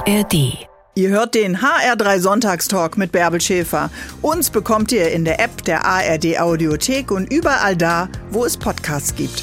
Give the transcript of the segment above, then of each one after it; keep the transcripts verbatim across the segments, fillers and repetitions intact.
R D. Ihr hört den H R drei Sonntagstalk mit Bärbel Schäfer. Uns bekommt ihr in der App der A R D Audiothek und überall da, wo es Podcasts gibt.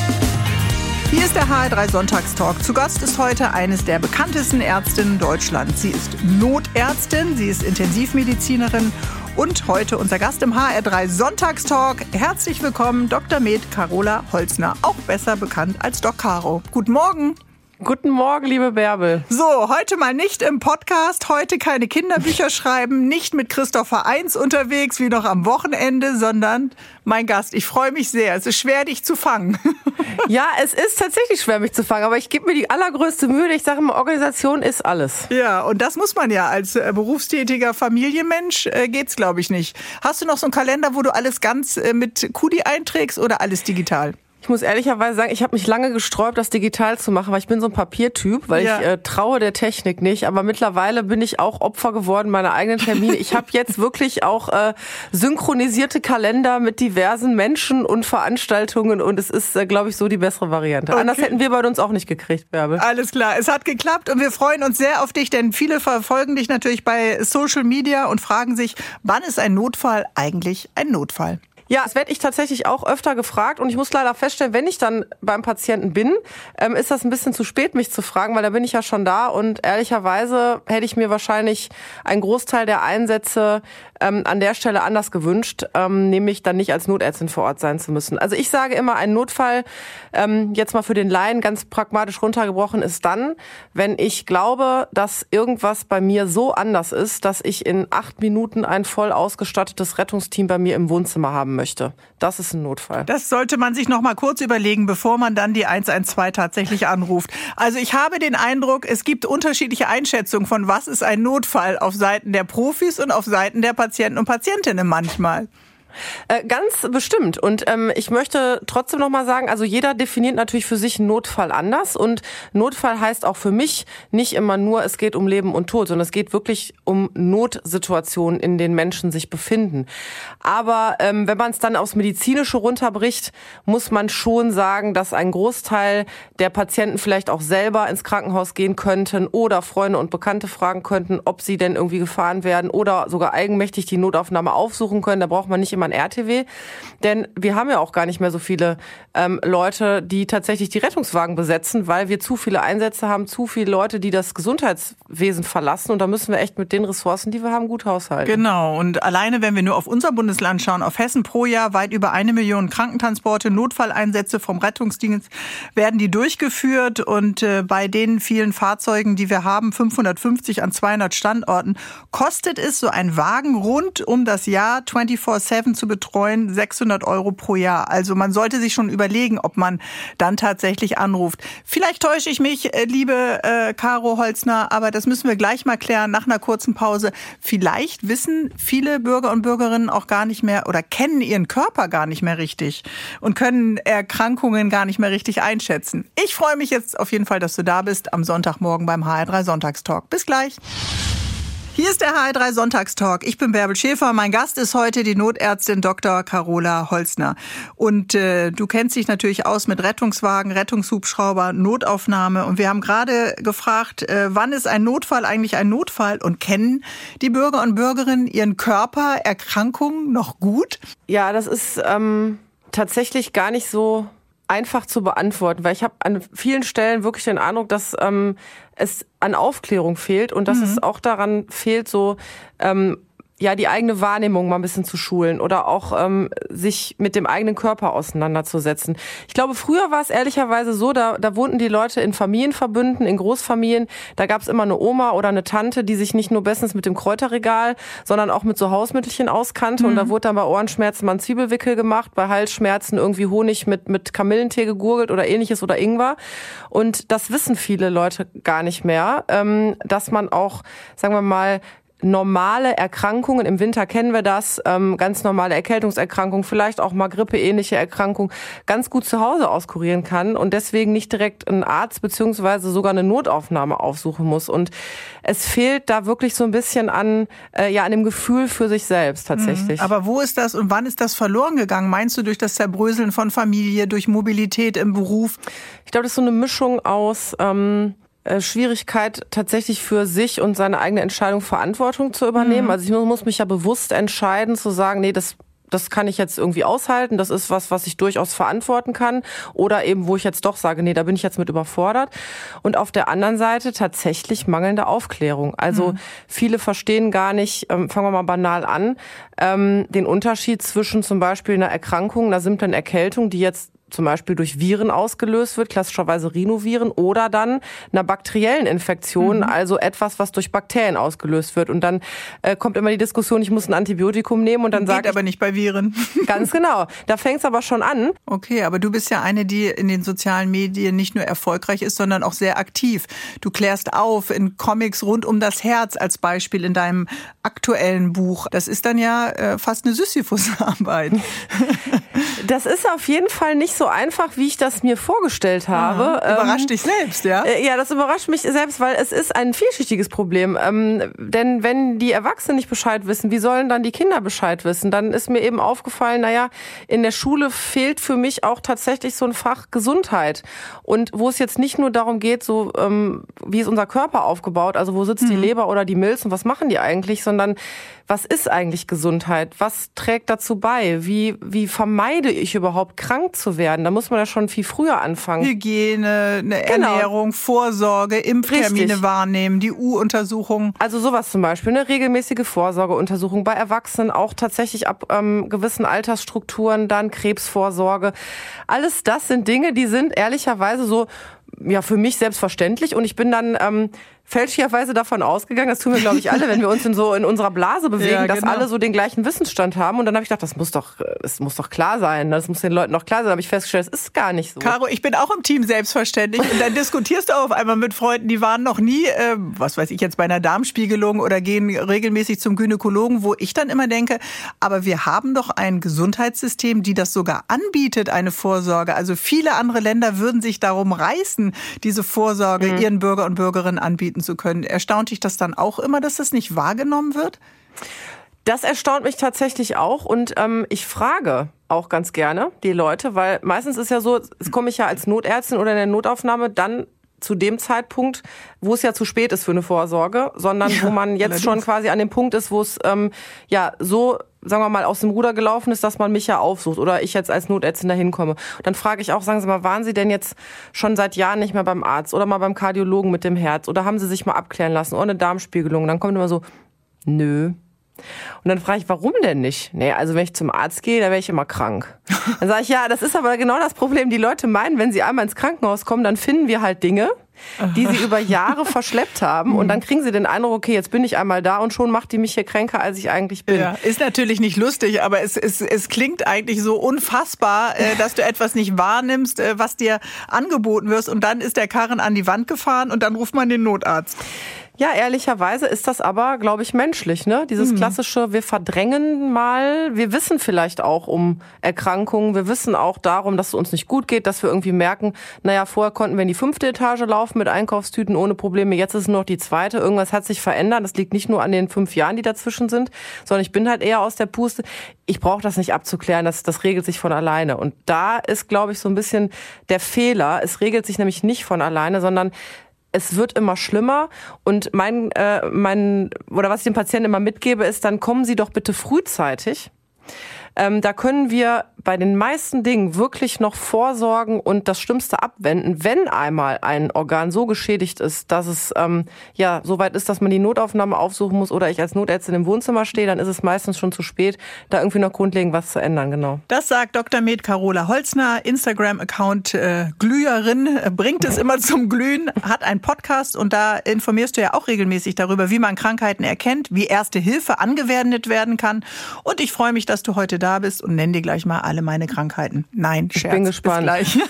Hier ist der H R drei Sonntagstalk. Zu Gast ist heute eines der bekanntesten Ärztinnen Deutschlands. Sie ist Notärztin, sie ist Intensivmedizinerin und heute unser Gast im H R drei Sonntagstalk. Herzlich willkommen, Doktor Med Carola Holzner, auch besser bekannt als Doc Caro. Guten Morgen. Guten Morgen, liebe Bärbel. So, heute mal nicht im Podcast, heute keine Kinderbücher schreiben, nicht mit Christopher Eins unterwegs wie noch am Wochenende, sondern mein Gast. Ich freue mich sehr. Es ist schwer, dich zu fangen. Ja, es ist tatsächlich schwer, mich zu fangen, aber ich gebe mir die allergrößte Mühe. Ich sage immer, Organisation ist alles. Ja, und das muss man ja als äh, berufstätiger Familienmensch, äh, geht's glaube ich nicht. Hast du noch so einen Kalender, wo du alles ganz äh, mit Kudi einträgst oder alles digital? Ich muss ehrlicherweise sagen, ich habe mich lange gesträubt, das digital zu machen, weil ich bin so ein Papiertyp, weil ja. ich äh, traue der Technik nicht. Aber mittlerweile bin ich auch Opfer geworden meiner eigenen Termine. Ich habe jetzt wirklich auch äh, synchronisierte Kalender mit diversen Menschen und Veranstaltungen und es ist, äh, glaube ich, so die bessere Variante. Okay. Anders hätten wir bei uns auch nicht gekriegt, Bärbel. Alles klar, es hat geklappt und wir freuen uns sehr auf dich, denn viele verfolgen dich natürlich bei Social Media und fragen sich, wann ist ein Notfall eigentlich ein Notfall? Ja, das werde ich tatsächlich auch öfter gefragt und ich muss leider feststellen, wenn ich dann beim Patienten bin, ähm, ist das ein bisschen zu spät, mich zu fragen, weil da bin ich ja schon da und ehrlicherweise hätte ich mir wahrscheinlich einen Großteil der Einsätze ähm, an der Stelle anders gewünscht, ähm, nämlich dann nicht als Notärztin vor Ort sein zu müssen. Also ich sage immer, ein Notfall, ähm, jetzt mal für den Laien ganz pragmatisch runtergebrochen, ist dann, wenn ich glaube, dass irgendwas bei mir so anders ist, dass ich in acht Minuten ein voll ausgestattetes Rettungsteam bei mir im Wohnzimmer haben möchte. Das ist ein Notfall. Das sollte man sich noch mal kurz überlegen, bevor man dann die eins eins zwei tatsächlich anruft. Also ich habe den Eindruck, es gibt unterschiedliche Einschätzungen von was ist ein Notfall auf Seiten der Profis und auf Seiten der Patienten und Patientinnen manchmal. Äh, ganz bestimmt. Und ähm, ich möchte trotzdem noch mal sagen, also jeder definiert natürlich für sich einen Notfall anders. Und Notfall heißt auch für mich nicht immer nur, es geht um Leben und Tod, sondern es geht wirklich um Notsituationen, in denen Menschen sich befinden. Aber ähm, wenn man es dann aufs Medizinische runterbricht, muss man schon sagen, dass ein Großteil der Patienten vielleicht auch selber ins Krankenhaus gehen könnten oder Freunde und Bekannte fragen könnten, ob sie denn irgendwie gefahren werden oder sogar eigenmächtig die Notaufnahme aufsuchen können. Da braucht man nicht immer ein R T W, denn wir haben ja auch gar nicht mehr so viele ähm, Leute, die tatsächlich die Rettungswagen besetzen, weil wir zu viele Einsätze haben, zu viele Leute, die das Gesundheitswesen verlassen und da müssen wir echt mit den Ressourcen, die wir haben, gut haushalten. Genau, und alleine, wenn wir nur auf unser Bundesland schauen, auf Hessen pro Jahr weit über eine Million Krankentransporte, Notfalleinsätze vom Rettungsdienst werden die durchgeführt und äh, bei den vielen Fahrzeugen, die wir haben, fünfhundertfünfzig an zweihundert Standorten, kostet es so ein Wagen rund um das Jahr vierundzwanzig sieben zu betreuen, sechshundert Euro pro Jahr. Also man sollte sich schon überlegen, ob man dann tatsächlich anruft. Vielleicht täusche ich mich, liebe äh, Caro Holzner, aber das müssen wir gleich mal klären nach einer kurzen Pause. Vielleicht wissen viele Bürger und Bürgerinnen auch gar nicht mehr oder kennen ihren Körper gar nicht mehr richtig und können Erkrankungen gar nicht mehr richtig einschätzen. Ich freue mich jetzt auf jeden Fall, dass du da bist am Sonntagmorgen beim H R drei Sonntagstalk. Bis gleich. Hier ist der H R drei Sonntagstalk. Ich bin Bärbel Schäfer. Mein Gast ist heute die Notärztin Doktor Carola Holzner. Und äh, du kennst dich natürlich aus mit Rettungswagen, Rettungshubschrauber, Notaufnahme. Und wir haben gerade gefragt, äh, wann ist ein Notfall eigentlich ein Notfall? Und kennen die Bürger und Bürgerinnen ihren Körper, Erkrankungen noch gut? Ja, das ist ähm, tatsächlich gar nicht so einfach zu beantworten, weil ich habe an vielen Stellen wirklich den Eindruck, dass ähm, es an Aufklärung fehlt und dass mhm. es auch daran fehlt, so ähm, ja die eigene Wahrnehmung mal ein bisschen zu schulen oder auch ähm, sich mit dem eigenen Körper auseinanderzusetzen. Ich glaube, früher war es ehrlicherweise so, da, da wohnten die Leute in Familienverbünden, in Großfamilien. Da gab es immer eine Oma oder eine Tante, die sich nicht nur bestens mit dem Kräuterregal, sondern auch mit so Hausmittelchen auskannte. Mhm. Und da wurde dann bei Ohrenschmerzen mal ein Zwiebelwickel gemacht, bei Halsschmerzen irgendwie Honig mit, mit Kamillentee gegurgelt oder ähnliches oder Ingwer. Und das wissen viele Leute gar nicht mehr, ähm, dass man auch, sagen wir mal, normale Erkrankungen, im Winter kennen wir das, ähm, ganz normale Erkältungserkrankungen, vielleicht auch mal grippeähnliche Erkrankungen, ganz gut zu Hause auskurieren kann und deswegen nicht direkt einen Arzt beziehungsweise sogar eine Notaufnahme aufsuchen muss. Und es fehlt da wirklich so ein bisschen an, äh, ja, an dem Gefühl für sich selbst tatsächlich. Aber wo ist das und wann ist das verloren gegangen? Meinst du durch das Zerbröseln von Familie, durch Mobilität im Beruf? Ich glaube, das ist so eine Mischung aus... Ähm, äh, Schwierigkeit, tatsächlich für sich und seine eigene Entscheidung Verantwortung zu übernehmen. Mhm. Also ich muss mich ja bewusst entscheiden, zu sagen, nee, das Das kann ich jetzt irgendwie aushalten, das ist was, was ich durchaus verantworten kann. Oder eben, wo ich jetzt doch sage, nee, da bin ich jetzt mit überfordert. Und auf der anderen Seite tatsächlich mangelnde Aufklärung. Also mhm. viele verstehen gar nicht, ähm, fangen wir mal banal an, ähm, den Unterschied zwischen zum Beispiel einer Erkrankung, einer simplen Erkältung, die jetzt zum Beispiel durch Viren ausgelöst wird, klassischerweise Rhinoviren, oder dann einer bakteriellen Infektion, mhm. also etwas, was durch Bakterien ausgelöst wird. Und dann äh, kommt immer die Diskussion, ich muss ein Antibiotikum nehmen und dann sage ich... Geht aber nicht bei Viren. Ganz genau. Da fängt es aber schon an. Okay, aber du bist ja eine, die in den sozialen Medien nicht nur erfolgreich ist, sondern auch sehr aktiv. Du klärst auf in Comics rund um das Herz als Beispiel in deinem aktuellen Buch. Das ist dann ja äh, fast eine Sisyphus-Arbeit. Das ist auf jeden Fall nicht so einfach, wie ich das mir vorgestellt habe. Aha, überrascht ähm, dich selbst, ja? Ja, das überrascht mich selbst, weil es ist ein vielschichtiges Problem. Ähm, denn wenn die Erwachsenen nicht Bescheid wissen, wie sollen dann die Kinder Bescheid wissen? Dann ist mir eben aufgefallen, naja, in der Schule fehlt für mich auch tatsächlich so ein Fach Gesundheit. Und wo es jetzt nicht nur darum geht, so ähm, wie ist unser Körper aufgebaut, also wo sitzt mhm. die Leber oder die Milz und was machen die eigentlich, sondern was ist eigentlich Gesundheit? Was trägt dazu bei? Wie, wie vermeide ich überhaupt, krank zu werden? Da muss man ja schon viel früher anfangen. Hygiene, eine genau. Ernährung, Vorsorge, Impftermine Richtig. wahrnehmen, die U-Untersuchung. Also sowas zum Beispiel, eine regelmäßige Vorsorgeuntersuchung bei Erwachsenen, auch tatsächlich ab ähm, gewissen Altersstrukturen, dann Krebsvorsorge. Alles das sind Dinge, die sind ehrlicherweise so ja für mich selbstverständlich und ich bin dann ähm, fälschlicherweise davon ausgegangen, das tun wir, glaube ich, alle, wenn wir uns in so in unserer Blase bewegen, ja, genau. dass alle so den gleichen Wissensstand haben. Und dann habe ich gedacht, das muss doch, das muss doch klar sein. Das muss den Leuten doch klar sein. Da habe ich festgestellt, das ist gar nicht so. Caro, ich bin auch im Team selbstverständlich. Und dann diskutierst du auf einmal mit Freunden, die waren noch nie, äh, was weiß ich jetzt, bei einer Darmspiegelung oder gehen regelmäßig zum Gynäkologen, wo ich dann immer denke, aber wir haben doch ein Gesundheitssystem, die das sogar anbietet, eine Vorsorge. Also viele andere Länder würden sich darum reißen, diese Vorsorge mhm. ihren Bürger und Bürgerinnen anbieten zu können. Erstaunt dich das dann auch immer, dass das nicht wahrgenommen wird? Das erstaunt mich tatsächlich auch und ähm, ich frage auch ganz gerne die Leute, weil meistens ist ja so, jetzt komme ich ja als Notärztin oder in der Notaufnahme dann zu dem Zeitpunkt, wo es ja zu spät ist für eine Vorsorge, sondern ja, wo man jetzt allerdings. schon quasi an dem Punkt ist, wo es ähm, ja so, sagen wir mal, aus dem Ruder gelaufen ist, dass man mich ja aufsucht oder ich jetzt als Notärztin da hinkomme. Und dann frage ich auch, sagen Sie mal, waren Sie denn jetzt schon seit Jahren nicht mehr beim Arzt oder mal beim Kardiologen mit dem Herz oder haben Sie sich mal abklären lassen oder eine Darmspiegelung? Und dann kommt immer so, nö. Und dann frage ich, warum denn nicht? Nee, also wenn ich zum Arzt gehe, da wäre ich immer krank. Dann sage ich, ja, das ist aber genau das Problem. Die Leute meinen, wenn sie einmal ins Krankenhaus kommen, dann finden wir halt Dinge, die sie über Jahre verschleppt haben. Und dann kriegen sie den Eindruck, okay, jetzt bin ich einmal da und schon macht die mich hier kränker, als ich eigentlich bin. Ja, ist natürlich nicht lustig, aber es, es, es klingt eigentlich so unfassbar, dass du etwas nicht wahrnimmst, was dir angeboten wird. Und dann ist der Karren an die Wand gefahren und dann ruft man den Notarzt. Ja, ehrlicherweise ist das aber, glaube ich, menschlich, ne? Dieses mhm. klassische, wir verdrängen mal, wir wissen vielleicht auch um Erkrankungen, wir wissen auch darum, dass es uns nicht gut geht, dass wir irgendwie merken, naja, vorher konnten wir in die fünfte Etage laufen mit Einkaufstüten ohne Probleme, jetzt ist es nur noch die zweite, irgendwas hat sich verändert, das liegt nicht nur an den fünf Jahren, die dazwischen sind, sondern ich bin halt eher aus der Puste, ich brauche das nicht abzuklären, das, das regelt sich von alleine. Und da ist, glaube ich, so ein bisschen der Fehler, es regelt sich nämlich nicht von alleine, sondern es wird immer schlimmer und mein, äh, mein, oder was ich den Patienten immer mitgebe, ist, dann kommen Sie doch bitte frühzeitig. Ähm, da können wir bei den meisten Dingen wirklich noch vorsorgen und das Schlimmste abwenden, wenn einmal ein Organ so geschädigt ist, dass es ähm, ja so weit ist, dass man die Notaufnahme aufsuchen muss oder ich als Notärztin im Wohnzimmer stehe, dann ist es meistens schon zu spät, da irgendwie noch grundlegend was zu ändern, genau. Das sagt Doktor Med Carola Holzner, Instagram-Account äh, Glüherin, bringt es immer zum Glühen, hat einen Podcast und da informierst du ja auch regelmäßig darüber, wie man Krankheiten erkennt, wie Erste Hilfe angewendet werden kann und ich freue mich, dass du heute da bist und nenn dir gleich mal alle meine Krankheiten. Nein, Scherz. Ich bin gespannt. Bis gleich.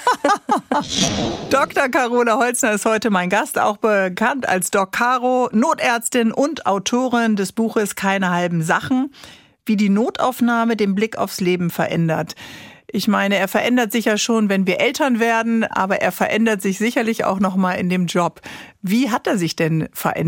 Doktor Carola Holzner ist heute mein Gast, auch bekannt als Doc Caro, Notärztin und Autorin des Buches Keine halben Sachen, wie die Notaufnahme den Blick aufs Leben verändert. Ich meine, er verändert sich ja schon, wenn wir Eltern werden, aber er verändert sich sicherlich auch noch mal in dem Job. Wie hat er sich denn verändert?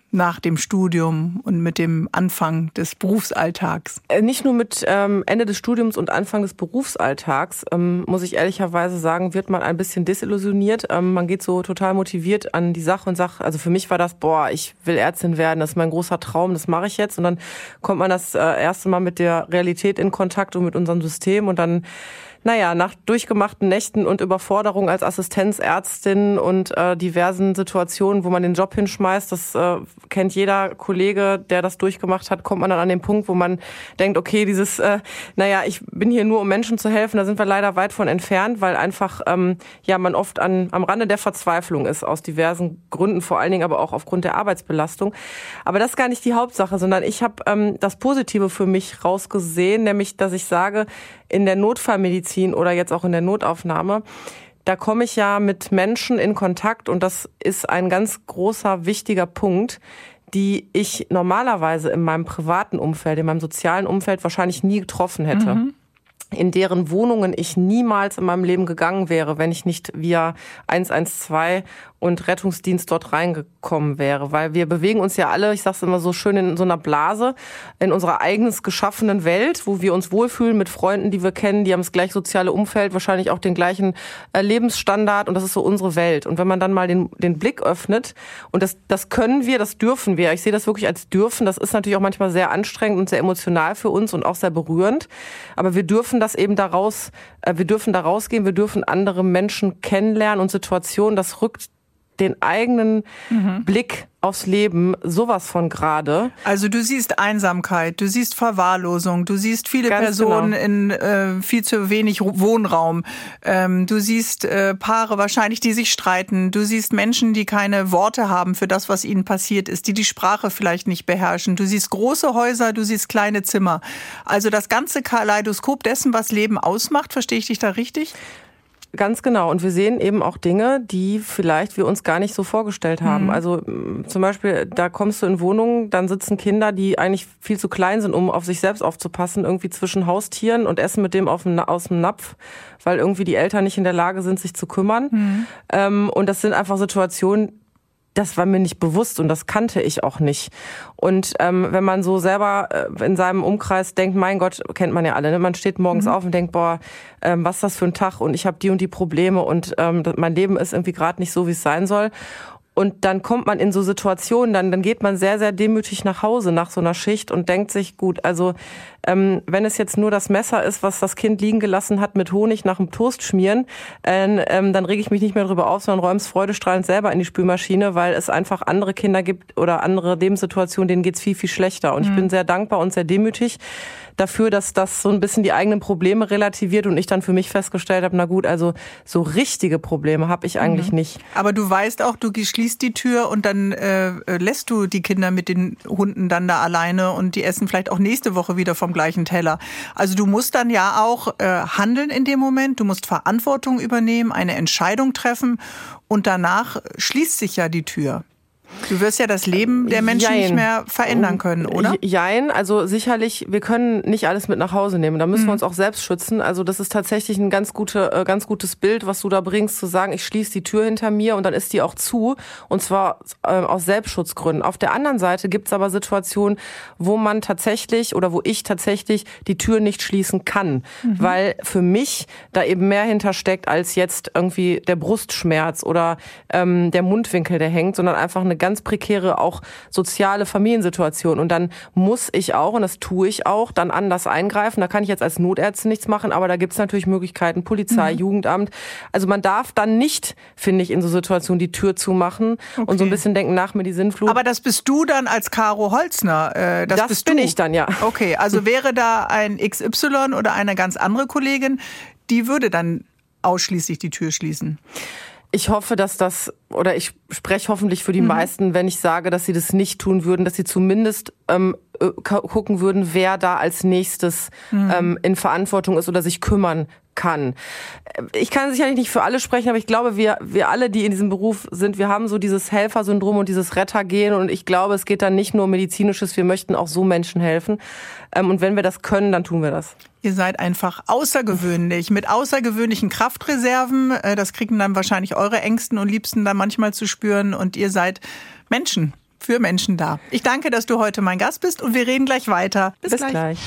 nach dem Studium und mit dem Anfang des Berufsalltags? Nicht nur mit ähm, Ende des Studiums und Anfang des Berufsalltags, ähm, muss ich ehrlicherweise sagen, wird man ein bisschen desillusioniert. Ähm, man geht so total motiviert an die Sache und sagt, also für mich war das, boah, ich will Ärztin werden, das ist mein großer Traum, das mache ich jetzt. Und dann kommt man das äh, erste Mal mit der Realität in Kontakt und mit unserem System und dann Naja, nach durchgemachten Nächten und Überforderung als Assistenzärztin und äh, diversen Situationen, wo man den Job hinschmeißt, das äh, kennt jeder Kollege, der das durchgemacht hat, kommt man dann an den Punkt, wo man denkt, okay, dieses, äh, naja, ich bin hier nur, um Menschen zu helfen, da sind wir leider weit von entfernt, weil einfach ähm, ja man oft an, am Rande der Verzweiflung ist, aus diversen Gründen, vor allen Dingen aber auch aufgrund der Arbeitsbelastung. Aber das ist gar nicht die Hauptsache, sondern ich habe ähm, das Positive für mich rausgesehen, nämlich, dass ich sage, in der Notfallmedizin oder jetzt auch in der Notaufnahme, da komme ich ja mit Menschen in Kontakt und das ist ein ganz großer, wichtiger Punkt, die ich normalerweise in meinem privaten Umfeld, in meinem sozialen Umfeld wahrscheinlich nie getroffen hätte. Mhm. In deren Wohnungen ich niemals in meinem Leben gegangen wäre, wenn ich nicht via eins eins zwei und Rettungsdienst dort reingekommen wäre. Weil wir bewegen uns ja alle, ich sag's immer so schön, in so einer Blase, in unserer eigens geschaffenen Welt, wo wir uns wohlfühlen mit Freunden, die wir kennen, die haben das gleiche soziale Umfeld, wahrscheinlich auch den gleichen Lebensstandard und das ist so unsere Welt. Und wenn man dann mal den, den Blick öffnet, und das, das können wir, das dürfen wir, ich sehe das wirklich als dürfen, das ist natürlich auch manchmal sehr anstrengend und sehr emotional für uns und auch sehr berührend, aber wir dürfen das eben daraus, wir dürfen da rausgehen, wir dürfen andere Menschen kennenlernen und Situationen, das rückt den eigenen mhm. Blick aufs Leben sowas von gerade. Also du siehst Einsamkeit, du siehst Verwahrlosung, du siehst viele Ganz Personen genau. in äh, viel zu wenig Wohnraum, ähm, du siehst äh, Paare wahrscheinlich, die sich streiten, du siehst Menschen, die keine Worte haben für das, was ihnen passiert ist, die die Sprache vielleicht nicht beherrschen, du siehst große Häuser, du siehst kleine Zimmer. Also das ganze Kaleidoskop dessen, was Leben ausmacht, verstehe ich dich da richtig? Ganz genau. Und wir sehen eben auch Dinge, die vielleicht wir uns gar nicht so vorgestellt haben. Mhm. Also zum Beispiel, da kommst du in Wohnungen, dann sitzen Kinder, die eigentlich viel zu klein sind, um auf sich selbst aufzupassen, irgendwie zwischen Haustieren und essen mit dem auf dem, aus dem Napf, weil irgendwie die Eltern nicht in der Lage sind, sich zu kümmern. Mhm. Ähm, und das sind einfach Situationen, das war mir nicht bewusst und das kannte ich auch nicht. Und ähm, wenn man so selber äh, in seinem Umkreis denkt, mein Gott, kennt man ja alle, ne? Man steht morgens mhm. auf und denkt, boah, ähm, was ist das für ein Tag und ich habe die und die Probleme und ähm, mein Leben ist irgendwie gerade nicht so, wie es sein soll. Und dann kommt man in so Situationen, dann, dann geht man sehr, sehr demütig nach Hause nach so einer Schicht und denkt sich, gut, also ähm, wenn es jetzt nur das Messer ist, was das Kind liegen gelassen hat mit Honig nach dem Toast schmieren, äh, ähm, dann rege ich mich nicht mehr drüber auf, sondern räume es freudestrahlend selber in die Spülmaschine, weil es einfach andere Kinder gibt oder andere Lebenssituationen, denen geht's viel, viel schlechter. Und mhm. ich bin sehr dankbar und sehr demütig dafür, dass das so ein bisschen die eigenen Probleme relativiert und ich dann für mich festgestellt habe, na gut, also so richtige Probleme habe ich eigentlich mhm. nicht. Aber du weißt auch, du schließt die Tür und dann äh, lässt du die Kinder mit den Hunden dann da alleine und die essen vielleicht auch nächste Woche wieder vom gleichen Teller. Also du musst dann ja auch äh, handeln in dem Moment, du musst Verantwortung übernehmen, eine Entscheidung treffen und danach schließt sich ja die Tür. Du wirst ja das Leben der Menschen Jein. nicht mehr verändern können, oder? Jein, also sicherlich, wir können nicht alles mit nach Hause nehmen. Da müssen mhm. wir uns auch selbst schützen. Also das ist tatsächlich ein ganz, gute, ganz gutes Bild, was du da bringst, zu sagen, ich schließe die Tür hinter mir und dann ist die auch zu. Und zwar äh, aus Selbstschutzgründen. Auf der anderen Seite gibt es aber Situationen, wo man tatsächlich oder wo ich tatsächlich die Tür nicht schließen kann. Mhm. Weil für mich da eben mehr hintersteckt als jetzt irgendwie der Brustschmerz oder ähm, der Mundwinkel, der hängt, sondern einfach eine ganz prekäre, auch soziale Familiensituation. Und dann muss ich auch, und das tue ich auch, dann anders eingreifen. Da kann ich jetzt als Notärztin nichts machen, aber da gibt es natürlich Möglichkeiten, Polizei, mhm. Jugendamt. Also man darf dann nicht, finde ich, in so Situationen die Tür zumachen okay. und so ein bisschen denken, nach mir die Sinnflut. Aber das bist du dann als Caro Holzner? Äh, das das bist bin du. ich dann, ja. Okay, also wäre da ein X Y oder eine ganz andere Kollegin, die würde dann ausschließlich die Tür schließen? Ich hoffe, dass das, oder ich spreche hoffentlich für die mhm. meisten, wenn ich sage, dass sie das nicht tun würden, dass sie zumindest ähm, gucken würden, wer da als nächstes mhm. ähm, in Verantwortung ist oder sich kümmern kann. Ich kann sicherlich nicht für alle sprechen, aber ich glaube, wir wir alle, die in diesem Beruf sind, wir haben so dieses Helfersyndrom und dieses Rettergehen und ich glaube, es geht dann nicht nur um Medizinisches, wir möchten auch so Menschen helfen. Und wenn wir das können, dann tun wir das. Ihr seid einfach außergewöhnlich, mit außergewöhnlichen Kraftreserven. Das kriegen dann wahrscheinlich eure Ängsten und Liebsten dann manchmal zu spüren und ihr seid Menschen. für Menschen da. Ich danke, dass du heute mein Gast bist und wir reden gleich weiter. Bis, Bis gleich. gleich.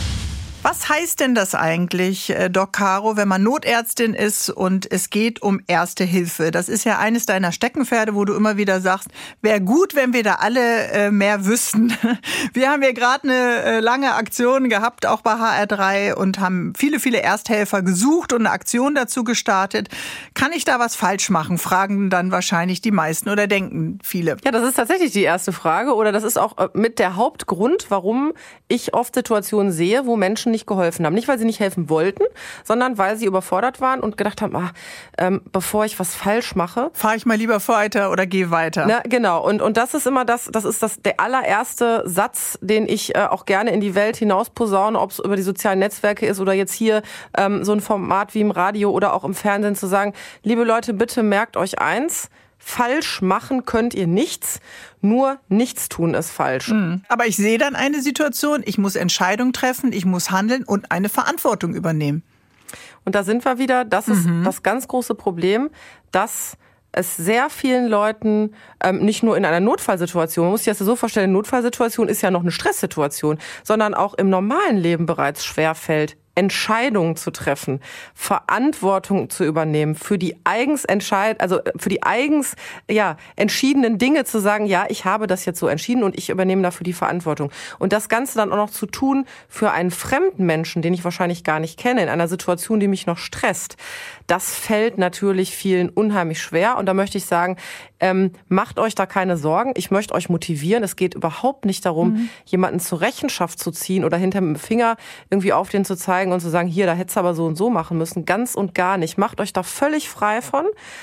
Was heißt denn das eigentlich, Doc Caro, wenn man Notärztin ist und es geht um Erste Hilfe? Das ist ja eines deiner Steckenpferde, wo du immer wieder sagst, wäre gut, wenn wir da alle mehr wüssten. Wir haben ja gerade eine lange Aktion gehabt, auch bei H R drei, und haben viele, viele Ersthelfer gesucht und eine Aktion dazu gestartet. Kann ich da was falsch machen, fragen dann wahrscheinlich die meisten oder denken viele. Ja, das ist tatsächlich die erste Frage oder das ist auch mit der Hauptgrund, warum ich oft Situationen sehe, wo Menschen nicht geholfen haben. Nicht, weil sie nicht helfen wollten, sondern weil sie überfordert waren und gedacht haben, ah, ähm, bevor ich was falsch mache, fahre ich mal lieber weiter oder gehe weiter. Na, genau. Und, und das ist immer das, das ist das, der allererste Satz, den ich äh, auch gerne in die Welt hinaus posaune, ob es über die sozialen Netzwerke ist oder jetzt hier ähm, so ein Format wie im Radio oder auch im Fernsehen, zu sagen, liebe Leute, bitte merkt euch eins, falsch machen könnt ihr nichts, nur nichts tun ist falsch. Aber ich sehe dann eine Situation, ich muss Entscheidungen treffen, ich muss handeln und eine Verantwortung übernehmen. Und da sind wir wieder, das ist mhm. das ganz große Problem, dass es sehr vielen Leuten, ähm, nicht nur in einer Notfallsituation, man muss sich das so vorstellen, eine Notfallsituation ist ja noch eine Stresssituation, sondern auch im normalen Leben bereits schwerfällt, Entscheidungen zu treffen, Verantwortung zu übernehmen, für die eigens entscheid, also für die eigens ja entschiedenen Dinge zu sagen, ja, ich habe das jetzt so entschieden und ich übernehme dafür die Verantwortung. Und das Ganze dann auch noch zu tun für einen fremden Menschen, den ich wahrscheinlich gar nicht kenne, in einer Situation, die mich noch stresst, das fällt natürlich vielen unheimlich schwer. Und da möchte ich sagen, ähm, macht euch da keine Sorgen. Ich möchte euch motivieren. Es geht überhaupt nicht darum, mhm. jemanden zur Rechenschaft zu ziehen oder hinter dem Finger irgendwie auf den zu zeigen und zu sagen, hier, da hättest du aber so und so machen müssen. Ganz und gar nicht. Macht euch da völlig frei von.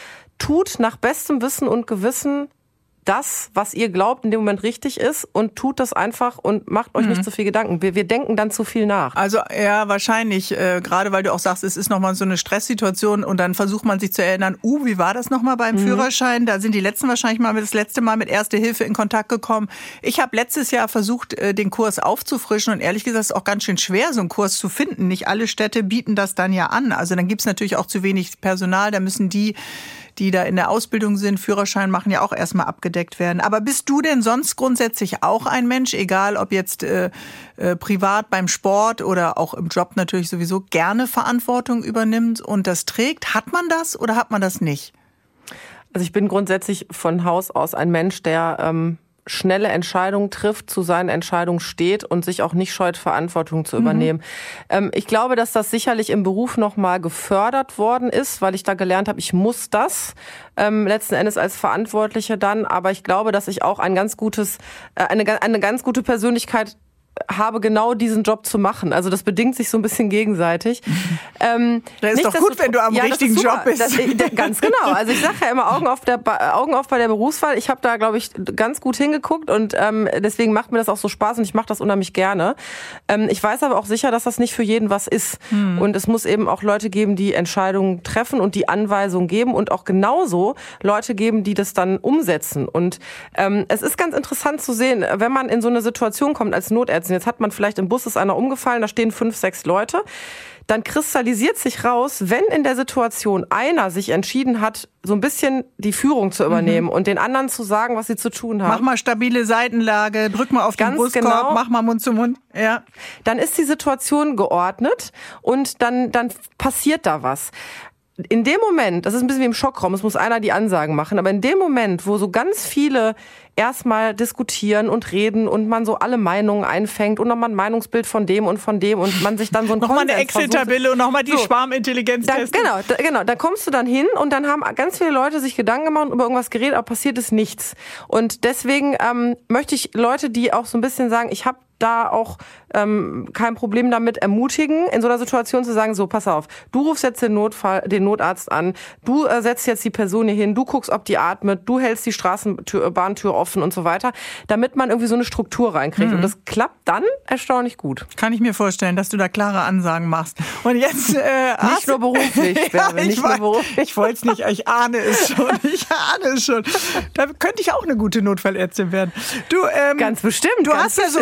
Tut nach bestem Wissen und Gewissen das, was ihr glaubt, in dem Moment richtig ist und tut das einfach und macht euch mhm. nicht zu viel Gedanken. Wir, wir denken dann zu viel nach. Also ja, wahrscheinlich, äh, gerade weil du auch sagst, es ist nochmal so eine Stresssituation und dann versucht man sich zu erinnern, uh, wie war das nochmal beim mhm. Führerschein? Da sind die Letzten wahrscheinlich mal das letzte Mal mit Erste Hilfe in Kontakt gekommen. Ich habe letztes Jahr versucht, äh, den Kurs aufzufrischen und ehrlich gesagt ist es auch ganz schön schwer, so einen Kurs zu finden. Nicht alle Städte bieten das dann ja an. Also dann gibt es natürlich auch zu wenig Personal, da müssen die die da in der Ausbildung sind, Führerschein machen, ja auch erstmal abgedeckt werden. Aber bist du denn sonst grundsätzlich auch ein Mensch, egal ob jetzt äh, äh, privat beim Sport oder auch im Job natürlich sowieso, gerne Verantwortung übernimmt und das trägt? Hat man das oder hat man das nicht? Also ich bin grundsätzlich von Haus aus ein Mensch, der ähm schnelle Entscheidungen trifft, zu seinen Entscheidungen steht und sich auch nicht scheut, Verantwortung zu übernehmen. Mhm. Ähm, ich glaube, dass das sicherlich im Beruf nochmal gefördert worden ist, weil ich da gelernt habe, ich muss das ähm, letzten Endes als Verantwortliche dann. Aber ich glaube, dass ich auch ein ganz gutes, äh, eine, eine ganz gute Persönlichkeit habe, genau diesen Job zu machen. Also das bedingt sich so ein bisschen gegenseitig. Ähm, das ist doch gut, wenn du am ja, richtigen Job bist. Das, ganz genau. Also ich sage ja immer Augen auf, der, Augen auf bei der Berufswahl. Ich habe da, glaube ich, ganz gut hingeguckt und ähm, deswegen macht mir das auch so Spaß und ich mache das unheimlich gerne. Ähm, ich weiß aber auch sicher, dass das nicht für jeden was ist. Hm. Und es muss eben auch Leute geben, die Entscheidungen treffen und die Anweisungen geben und auch genauso Leute geben, die das dann umsetzen. Und ähm, es ist ganz interessant zu sehen, wenn man in so eine Situation kommt als Notärztin, jetzt hat man vielleicht im Bus ist einer umgefallen, da stehen fünf, sechs Leute, dann kristallisiert sich raus, wenn in der Situation einer sich entschieden hat, so ein bisschen die Führung zu übernehmen mhm. und den anderen zu sagen, was sie zu tun haben. Mach mal stabile Seitenlage, drück mal auf den Brustkorb, genau. Mach mal Mund zu Mund. Ja. Dann ist die Situation geordnet und dann, dann passiert da was. In dem Moment, das ist ein bisschen wie im Schockraum, es muss einer die Ansagen machen, aber in dem Moment, wo so ganz viele erstmal diskutieren und reden und man so alle Meinungen einfängt und nochmal ein Meinungsbild von dem und von dem und man sich dann so ein nochmal eine Excel-Tabelle und nochmal die so, Schwarmintelligenz testen. Genau, da, genau, da kommst du dann hin und dann haben ganz viele Leute sich Gedanken gemacht und über irgendwas geredet, aber passiert ist nichts. Und deswegen ähm, möchte ich Leute, die auch so ein bisschen sagen, ich habe da auch ähm, kein Problem damit ermutigen, in so einer Situation zu sagen, so, pass auf, du rufst jetzt den Notfall, den Notarzt an, du äh, setzt jetzt die Person hier hin, du guckst, ob die atmet, du hältst die Straßenbahntür Bahntür offen und so weiter, damit man irgendwie so eine Struktur reinkriegt. Mhm. Und das klappt dann erstaunlich gut. Kann ich mir vorstellen, dass du da klare Ansagen machst. Und jetzt äh, nicht nur beruflich, ja, nicht ich nur beruflich. Ich wollte es nicht, ich ahne es schon, ich ahne es schon. Da könnte ich auch eine gute Notfallärztin werden. Du, ähm, ganz bestimmt. Du ganz hast bestimmt. ja sogar eine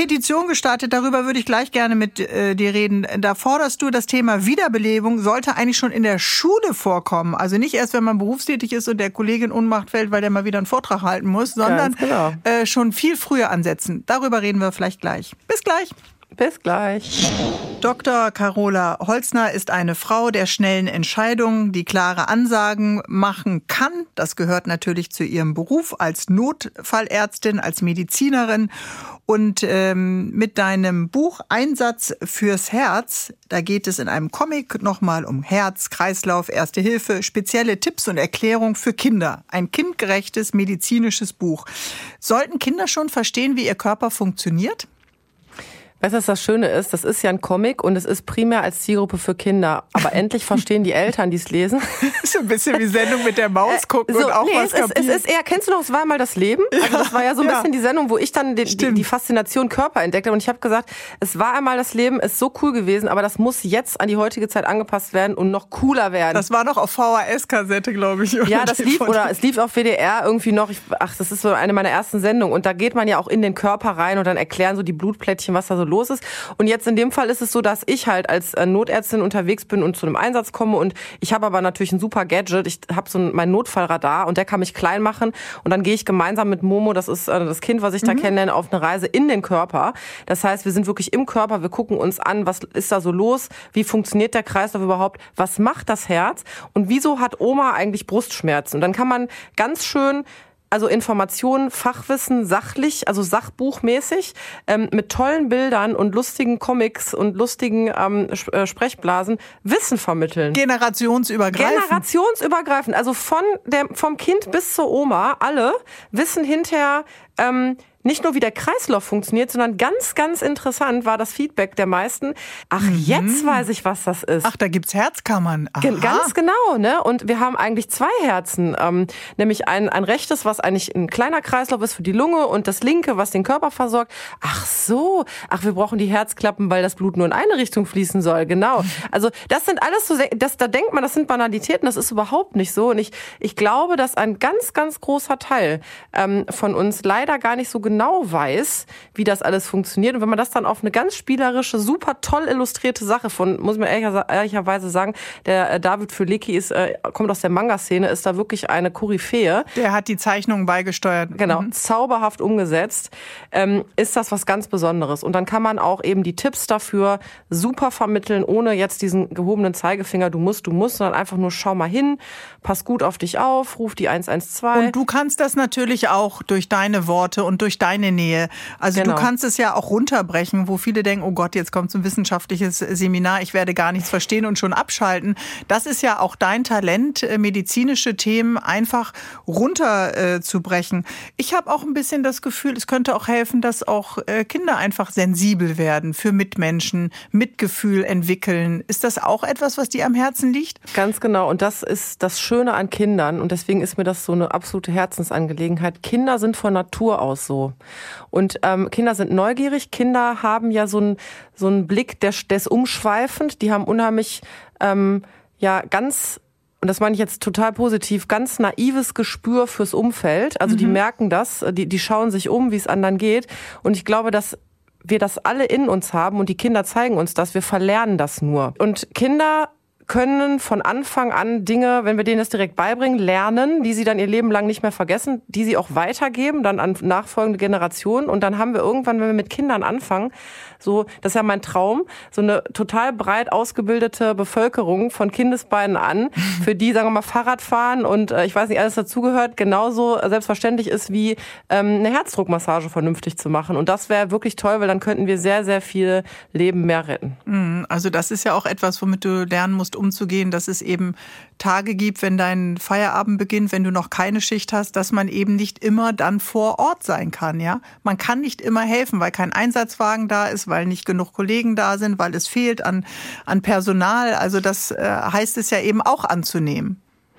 Petition gestartet, darüber würde ich gleich gerne mit äh, dir reden. Da forderst du, das Thema Wiederbelebung sollte eigentlich schon in der Schule vorkommen. Also nicht erst, wenn man berufstätig ist und der Kollege in Ohnmacht fällt, weil der mal wieder einen Vortrag halten muss, sondern genau. äh, schon viel früher ansetzen. Darüber reden wir vielleicht gleich. Bis gleich. Bis gleich. Doktor Carola Holzner ist eine Frau der schnellen Entscheidungen, die klare Ansagen machen kann. Das gehört natürlich zu ihrem Beruf als Notfallärztin, als Medizinerin. Und ähm, mit deinem Buch Einsatz fürs Herz, da geht es in einem Comic nochmal um Herz, Kreislauf, Erste Hilfe, spezielle Tipps und Erklärungen für Kinder. Ein kindgerechtes medizinisches Buch. Sollten Kinder schon verstehen, wie ihr Körper funktioniert? Weißt du, was das Schöne ist? Das ist ja ein Comic und es ist primär als Zielgruppe für Kinder. Aber endlich verstehen die Eltern, die es lesen. Das ist ein bisschen wie Sendung mit der Maus gucken so, und auch nee, was es ist, es ist eher, kennst du noch, es war einmal das Leben? Ja, also das war ja so ein ja. bisschen die Sendung, wo ich dann die, die, die Faszination Körper entdeckt habe. Und ich habe gesagt, es war einmal das Leben, ist so cool gewesen, aber das muss jetzt an die heutige Zeit angepasst werden und noch cooler werden. Das war noch auf V H S-Kassette, glaube ich. Ja, das lief, oder es lief auf W D R irgendwie noch. Ich, ach, das ist so eine meiner ersten Sendungen. Und da geht man ja auch in den Körper rein und dann erklären so die Blutplättchen, was da so los ist. Und jetzt in dem Fall ist es so, dass ich halt als Notärztin unterwegs bin und zu einem Einsatz komme und ich habe aber natürlich ein super Gadget. Ich habe so mein Notfallradar und der kann mich klein machen und dann gehe ich gemeinsam mit Momo, das ist das Kind, was ich da mhm. kennenlerne, auf eine Reise in den Körper. Das heißt, wir sind wirklich im Körper, wir gucken uns an, was ist da so los, wie funktioniert der Kreislauf überhaupt, was macht das Herz und wieso hat Oma eigentlich Brustschmerzen? Und dann kann man ganz schön also Informationen, Fachwissen, sachlich, also sachbuchmäßig, ähm, mit tollen Bildern und lustigen Comics und lustigen ähm, äh, Sprechblasen Wissen vermitteln. Generationsübergreifend. Generationsübergreifend. Also von der, vom Kind bis zur Oma, alle wissen hinterher ähm, nicht nur, wie der Kreislauf funktioniert, sondern ganz, ganz interessant war das Feedback der meisten. Ach, mhm. jetzt weiß ich, was das ist. Ach, da gibt's Herzkammern. Aha. Ge- ganz genau, ne? Und wir haben eigentlich zwei Herzen. Ähm, nämlich ein, ein rechtes, was eigentlich ein kleiner Kreislauf ist für die Lunge und das linke, was den Körper versorgt. Ach so. Ach, wir brauchen die Herzklappen, weil das Blut nur in eine Richtung fließen soll. Genau. Also, das sind alles so, das, da denkt man, das sind Banalitäten. Das ist überhaupt nicht so. Und ich, ich glaube, dass ein ganz, ganz großer Teil ähm, von uns leider gar nicht so genau weiß, wie das alles funktioniert. Und wenn man das dann auf eine ganz spielerische, super toll illustrierte Sache von, muss man ehrlicher, ehrlicherweise sagen, der David Fülecki ist, äh, kommt aus der Manga-Szene, ist da wirklich eine Koryphäe. Der hat die Zeichnungen beigesteuert. Genau, mhm. zauberhaft umgesetzt. Ähm, ist das was ganz Besonderes. Und dann kann man auch eben die Tipps dafür super vermitteln, ohne jetzt diesen gehobenen Zeigefinger, du musst, du musst, sondern einfach nur schau mal hin, pass gut auf dich auf, ruf die eins eins zwei. Und du kannst das natürlich auch durch deine Worte und durch deine Nähe. Also genau. Du kannst es ja auch runterbrechen, wo viele denken, oh Gott, jetzt kommt so ein wissenschaftliches Seminar, ich werde gar nichts verstehen und schon abschalten. Das ist ja auch dein Talent, medizinische Themen einfach runterzubrechen. Ich habe auch ein bisschen das Gefühl, es könnte auch helfen, dass auch Kinder einfach sensibel werden für Mitmenschen, Mitgefühl entwickeln. Ist das auch etwas, was dir am Herzen liegt? Ganz genau. Und das ist das Schöne an Kindern. Und deswegen ist mir das so eine absolute Herzensangelegenheit. Kinder sind von Natur aus so. Und ähm, Kinder sind neugierig. Kinder haben ja so einen so einen Blick, der, der ist umschweifend. Die haben unheimlich, ähm, ja, ganz, und das meine ich jetzt total positiv, ganz naives Gespür fürs Umfeld. Also mhm. die merken das, die, die schauen sich um, wie es anderen geht. Und ich glaube, dass wir das alle in uns haben und die Kinder zeigen uns das. Wir verlernen das nur. Und Kinder können von Anfang an Dinge, wenn wir denen das direkt beibringen, lernen, die sie dann ihr Leben lang nicht mehr vergessen, die sie auch weitergeben, dann an nachfolgende Generationen. Und dann haben wir irgendwann, wenn wir mit Kindern anfangen, so, das ist ja mein Traum, so eine total breit ausgebildete Bevölkerung von Kindesbeinen an, für die, sagen wir mal, Fahrradfahren und äh, ich weiß nicht, alles dazugehört, genauso selbstverständlich ist, wie ähm, eine Herzdruckmassage vernünftig zu machen. Und das wäre wirklich toll, weil dann könnten wir sehr, sehr viele Leben mehr retten. Also das ist ja auch etwas, womit du lernen musst, umzugehen, dass es eben Tage gibt, wenn dein Feierabend beginnt, wenn du noch keine Schicht hast, dass man eben nicht immer dann vor Ort sein kann, ja? Man kann nicht immer helfen, weil kein Einsatzwagen da ist, weil nicht genug Kollegen da sind, weil es fehlt an, an Personal. Also das äh, heißt es ja eben auch anzunehmen.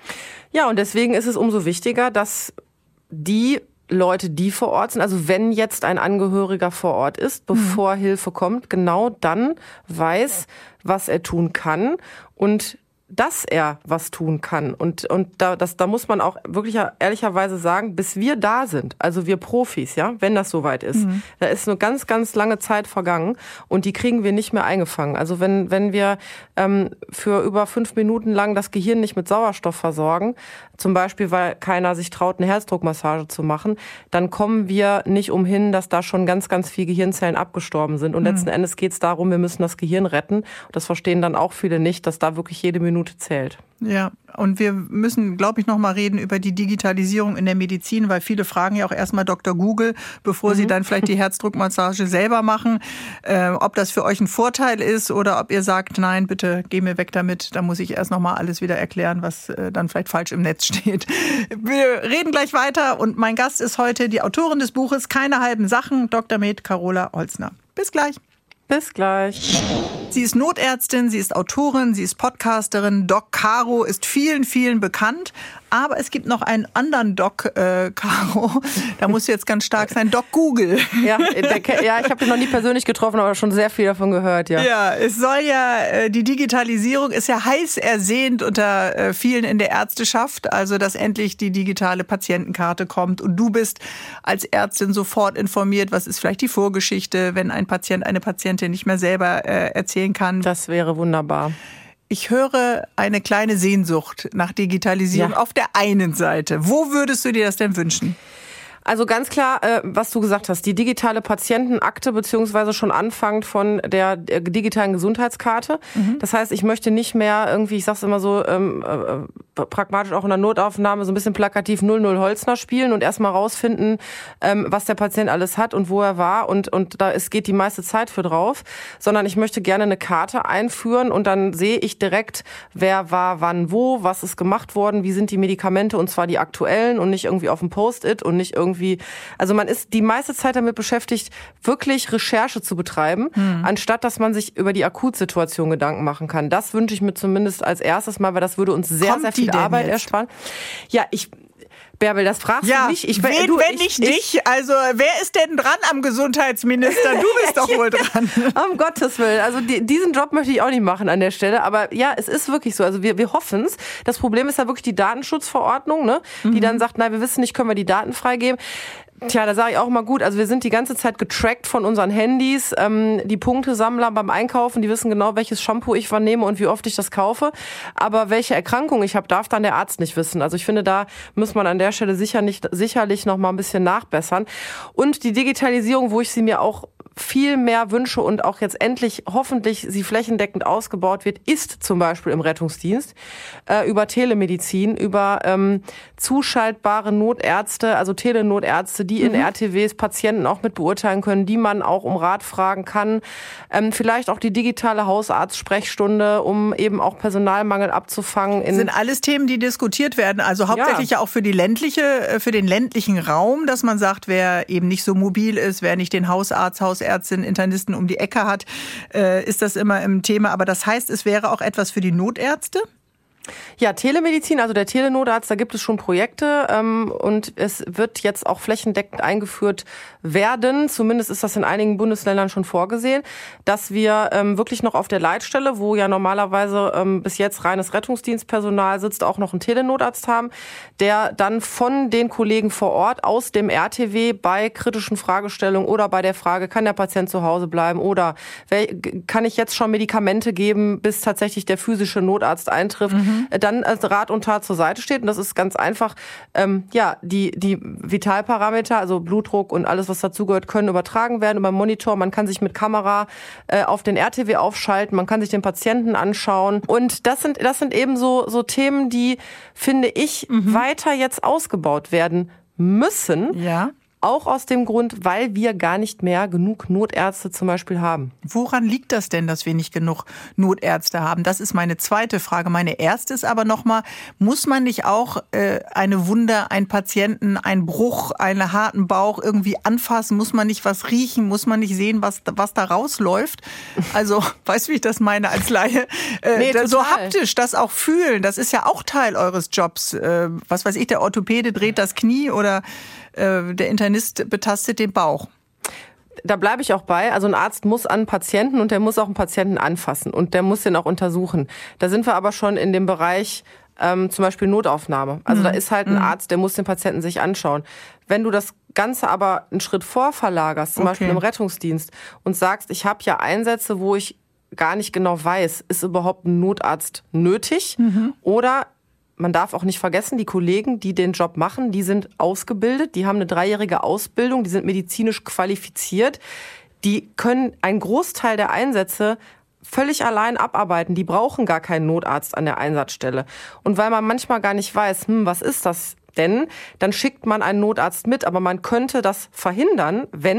Ja, und deswegen ist es umso wichtiger, dass die Leute, die vor Ort sind, also wenn jetzt ein Angehöriger vor Ort ist, bevor mhm. Hilfe kommt, genau dann weiß, was er tun kann und dass er was tun kann. Und, und da, das, da muss man auch wirklich ehrlicherweise sagen, bis wir da sind, also wir Profis, ja, wenn das soweit ist, mhm. da ist eine ganz, ganz lange Zeit vergangen und die kriegen wir nicht mehr eingefangen. Also wenn, wenn wir ähm, für über fünf Minuten lang das Gehirn nicht mit Sauerstoff versorgen, zum Beispiel, weil keiner sich traut, eine Herzdruckmassage zu machen, dann kommen wir nicht umhin, dass da schon ganz, ganz viele Gehirnzellen abgestorben sind. Und mhm. letzten Endes geht es darum, wir müssen das Gehirn retten. Und das verstehen dann auch viele nicht, dass da wirklich jede Minute zählt. Ja, und wir müssen, glaube ich, noch mal reden über die Digitalisierung in der Medizin, weil viele fragen ja auch erstmal Doktor Google, bevor mhm. sie dann vielleicht die Herzdruckmassage selber machen, äh, ob das für euch ein Vorteil ist oder ob ihr sagt, nein, bitte geh mir weg damit, da muss ich erst noch mal alles wieder erklären, was äh, dann vielleicht falsch im Netz steht. Wir reden gleich weiter und mein Gast ist heute die Autorin des Buches Keine halben Sachen, Doktor Med Carola Holzner. Bis gleich. Bis gleich. Sie ist Notärztin, sie ist Autorin, sie ist Podcasterin. Doc Caro ist vielen, vielen bekannt. Aber es gibt noch einen anderen Doc, äh, Caro. Da muss jetzt ganz stark sein. Doc Google. Ja, der, ja ich habe den noch nie persönlich getroffen, aber schon sehr viel davon gehört, ja. Ja, es soll ja, äh, die Digitalisierung ist ja heiß ersehnt unter äh, vielen in der Ärzteschaft. Also, dass endlich die digitale Patientenkarte kommt. Und du bist als Ärztin sofort informiert, was ist vielleicht die Vorgeschichte, wenn ein Patient, eine Patientin nicht mehr selber äh, erzählen kann. Das wäre wunderbar. Ich höre eine kleine Sehnsucht nach Digitalisierung ja. auf der einen Seite. Wo würdest du dir das denn wünschen? Also ganz klar, äh, was du gesagt hast, die digitale Patientenakte beziehungsweise schon anfangend von der digitalen Gesundheitskarte. Mhm. Das heißt, ich möchte nicht mehr irgendwie, ich sag's immer so ähm, äh, pragmatisch auch in der Notaufnahme so ein bisschen plakativ null null Holzner spielen und erstmal rausfinden, ähm, was der Patient alles hat und wo er war und und da es geht die meiste Zeit für drauf, sondern ich möchte gerne eine Karte einführen und dann sehe ich direkt, wer war wann wo, was ist gemacht worden, wie sind die Medikamente und zwar die aktuellen und nicht irgendwie auf dem Post-it und nicht irgendwie Irgendwie, also man ist die meiste Zeit damit beschäftigt, wirklich Recherche zu betreiben, hm. anstatt dass man sich über die Akutsituation Gedanken machen kann. Das wünsche ich mir zumindest als erstes Mal, weil das würde uns sehr, Kommt sehr viel Arbeit jetzt? ersparen. Ja, ich... Bärbel, das fragst ja, du mich. Ich, wen, du, wenn ich, nicht ich, dich? Also wer ist denn dran am Gesundheitsminister? Du bist doch wohl dran. Um Gottes Willen. Also die, diesen Job möchte ich auch nicht machen an der Stelle. Aber ja, es ist wirklich so. Also wir, wir hoffen es. Das Problem ist ja wirklich die Datenschutzverordnung, ne? Die mhm. dann sagt, nein, wir wissen nicht, können wir die Daten freigeben. Tja, da sage ich auch mal gut, also wir sind die ganze Zeit getrackt von unseren Handys. Ähm, die Punktesammler beim Einkaufen, die wissen genau, welches Shampoo ich wann nehme und wie oft ich das kaufe. Aber welche Erkrankung ich habe, darf dann der Arzt nicht wissen. Also ich finde, da muss man an der Stelle sicher nicht, sicherlich noch mal ein bisschen nachbessern. Und die Digitalisierung, wo ich sie mir auch viel mehr wünsche und auch jetzt endlich hoffentlich sie flächendeckend ausgebaut wird, ist zum Beispiel im Rettungsdienst äh, über Telemedizin, über ähm, zuschaltbare Notärzte, also Telenotärzte, die in mhm. R T Ws Patienten auch mit beurteilen können, die man auch um Rat fragen kann. Ähm, vielleicht auch die digitale Hausarzt-Sprechstunde, um eben auch Personalmangel abzufangen. Das sind alles Themen, die diskutiert werden. Also hauptsächlich ja, ja auch für die ländliche, für den ländlichen Raum, dass man sagt, wer eben nicht so mobil ist, wer nicht den Hausarzt, Hausärztin, Internisten um die Ecke hat, äh, ist das immer im Thema. Aber das heißt, es wäre auch etwas für die Notärzte? Ja, Telemedizin, also der Telenotarzt, da gibt es schon Projekte ähm, und es wird jetzt auch flächendeckend eingeführt werden, zumindest ist das in einigen Bundesländern schon vorgesehen, dass wir ähm, wirklich noch auf der Leitstelle, wo ja normalerweise ähm, bis jetzt reines Rettungsdienstpersonal sitzt, auch noch einen Telenotarzt haben, der dann von den Kollegen vor Ort aus dem R T W bei kritischen Fragestellungen oder bei der Frage, kann der Patient zu Hause bleiben oder kann ich jetzt schon Medikamente geben, bis tatsächlich der physische Notarzt eintrifft, mhm. dann als Rat und Tat zur Seite steht. Und das ist ganz einfach, ähm, ja, die, die Vitalparameter, also Blutdruck und alles, was dazugehört, können übertragen werden über Monitor. Man kann sich mit Kamera äh, auf den R T W aufschalten, man kann sich den Patienten anschauen. Und das sind, das sind eben so, so Themen, die, finde ich, mhm. weiter jetzt ausgebaut werden müssen. Ja. Auch aus dem Grund, weil wir gar nicht mehr genug Notärzte zum Beispiel haben. Woran liegt das denn, dass wir nicht genug Notärzte haben? Das ist meine zweite Frage. Meine erste ist aber nochmal, muss man nicht auch äh, eine Wunde, einen Patienten, einen Bruch, einen harten Bauch irgendwie anfassen? Muss man nicht was riechen? Muss man nicht sehen, was, was da rausläuft? Also, weißt du, wie ich das meine als Laie? Äh, nee, da, so haptisch, das auch fühlen, das ist ja auch Teil eures Jobs. Äh, was weiß ich, der Orthopäde dreht das Knie oder der Internist betastet den Bauch. Da bleibe ich auch bei. Also ein Arzt muss an einen Patienten und der muss auch einen Patienten anfassen und der muss den auch untersuchen. Da sind wir aber schon in dem Bereich ähm, zum Beispiel Notaufnahme. Also mhm. da ist halt ein Arzt, der muss den Patienten sich anschauen. Wenn du das Ganze aber einen Schritt vor verlagerst, zum okay. Beispiel im Rettungsdienst und sagst, ich habe ja Einsätze, wo ich gar nicht genau weiß, ist überhaupt ein Notarzt nötig mhm. oder man darf auch nicht vergessen, die Kollegen, die den Job machen, die sind ausgebildet, die haben eine dreijährige Ausbildung, die sind medizinisch qualifiziert, die können einen Großteil der Einsätze völlig allein abarbeiten. Die brauchen gar keinen Notarzt an der Einsatzstelle. Und weil man manchmal gar nicht weiß, hm, was ist das denn, dann schickt man einen Notarzt mit, aber man könnte das verhindern, wenn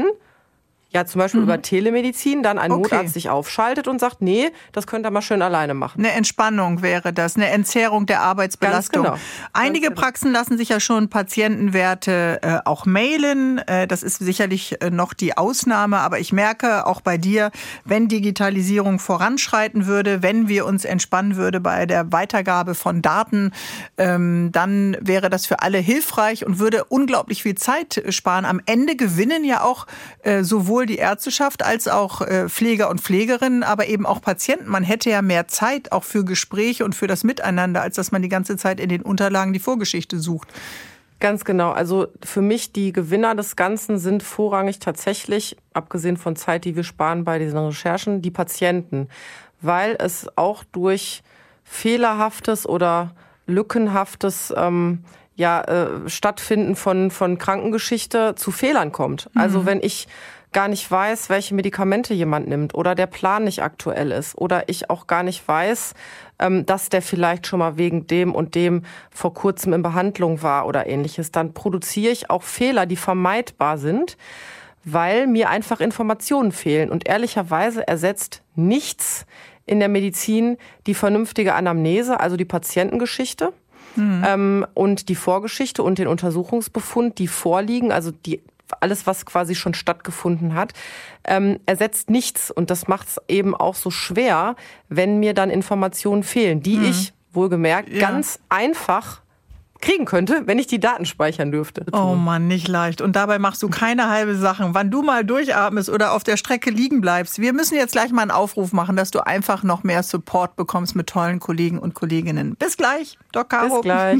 ja zum Beispiel mhm. über Telemedizin dann ein okay. Notarzt sich aufschaltet und sagt, nee, das könnt ihr mal schön alleine machen. Eine Entspannung wäre das, eine Entzerrung der Arbeitsbelastung. Ganz genau. Einige Ganz Praxen genau. lassen sich ja schon Patientenwerte äh, auch mailen. Äh, das ist sicherlich äh, noch die Ausnahme, aber ich merke auch bei dir, wenn Digitalisierung voranschreiten würde, wenn wir uns entspannen würde bei der Weitergabe von Daten, ähm, dann wäre das für alle hilfreich und würde unglaublich viel Zeit sparen. Am Ende gewinnen ja auch äh, sowohl die Ärzteschaft als auch äh, Pfleger und Pflegerinnen, aber eben auch Patienten. Man hätte ja mehr Zeit auch für Gespräche und für das Miteinander, als dass man die ganze Zeit in den Unterlagen die Vorgeschichte sucht. Ganz genau. Also für mich die Gewinner des Ganzen sind vorrangig tatsächlich, abgesehen von Zeit, die wir sparen bei diesen Recherchen, die Patienten. Weil es auch durch fehlerhaftes oder lückenhaftes ähm, ja, äh, Stattfinden von, von Krankengeschichte zu Fehlern kommt. Mhm. Also wenn ich gar nicht weiß, welche Medikamente jemand nimmt oder der Plan nicht aktuell ist oder ich auch gar nicht weiß, dass der vielleicht schon mal wegen dem und dem vor kurzem in Behandlung war oder ähnliches, dann produziere ich auch Fehler, die vermeidbar sind, weil mir einfach Informationen fehlen. Und ehrlicherweise ersetzt nichts in der Medizin die vernünftige Anamnese, also die Patientengeschichte. Mhm. Ähm, und die Vorgeschichte und den Untersuchungsbefund, die vorliegen, also die alles, was quasi schon stattgefunden hat, ähm, ersetzt nichts. Und das macht es eben auch so schwer, wenn mir dann Informationen fehlen, die mhm. ich, wohlgemerkt, ja. ganz einfach kriegen könnte, wenn ich die Daten speichern dürfte. Oh Mann, nicht leicht. Und dabei machst du keine halbe Sachen. Wann du mal durchatmest oder auf der Strecke liegen bleibst, wir müssen jetzt gleich mal einen Aufruf machen, dass du einfach noch mehr Support bekommst mit tollen Kollegen und Kolleginnen. Bis gleich, Doc Caro. Bis gleich.